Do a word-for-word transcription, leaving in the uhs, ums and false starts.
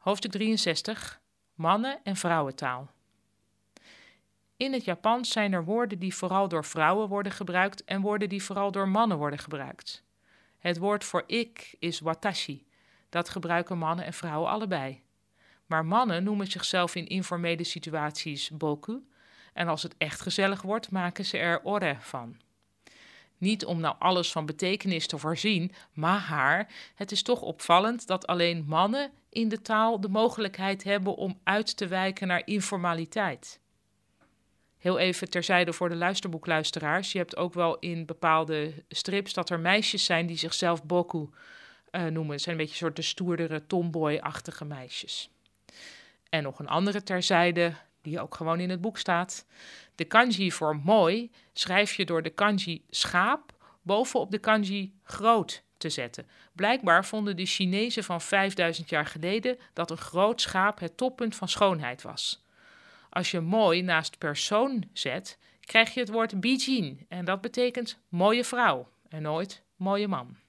Hoofdstuk drieënzestig. Mannen- en vrouwentaal. In het Japans zijn er woorden die vooral door vrouwen worden gebruikt en woorden die vooral door mannen worden gebruikt. Het woord voor ik is watashi. Dat gebruiken mannen en vrouwen allebei. Maar mannen noemen zichzelf in informele situaties boku en als het echt gezellig wordt maken ze er ore van. Niet om nou alles van betekenis te voorzien, maar het is toch opvallend dat alleen mannen in de taal de mogelijkheid hebben om uit te wijken naar informaliteit. Heel even terzijde voor de luisterboekluisteraars. Je hebt ook wel in bepaalde strips dat er meisjes zijn die zichzelf boku uh, noemen. Het zijn een beetje een soort de stoerdere, tomboy-achtige meisjes. En nog een andere terzijde, die ook gewoon in het boek staat. De kanji voor mooi schrijf je door de kanji schaap bovenop de kanji groot te zetten. Blijkbaar vonden de Chinezen van vijfduizend jaar geleden dat een groot schaap het toppunt van schoonheid was. Als je mooi naast persoon zet, krijg je het woord bijin en dat betekent mooie vrouw en nooit mooie man.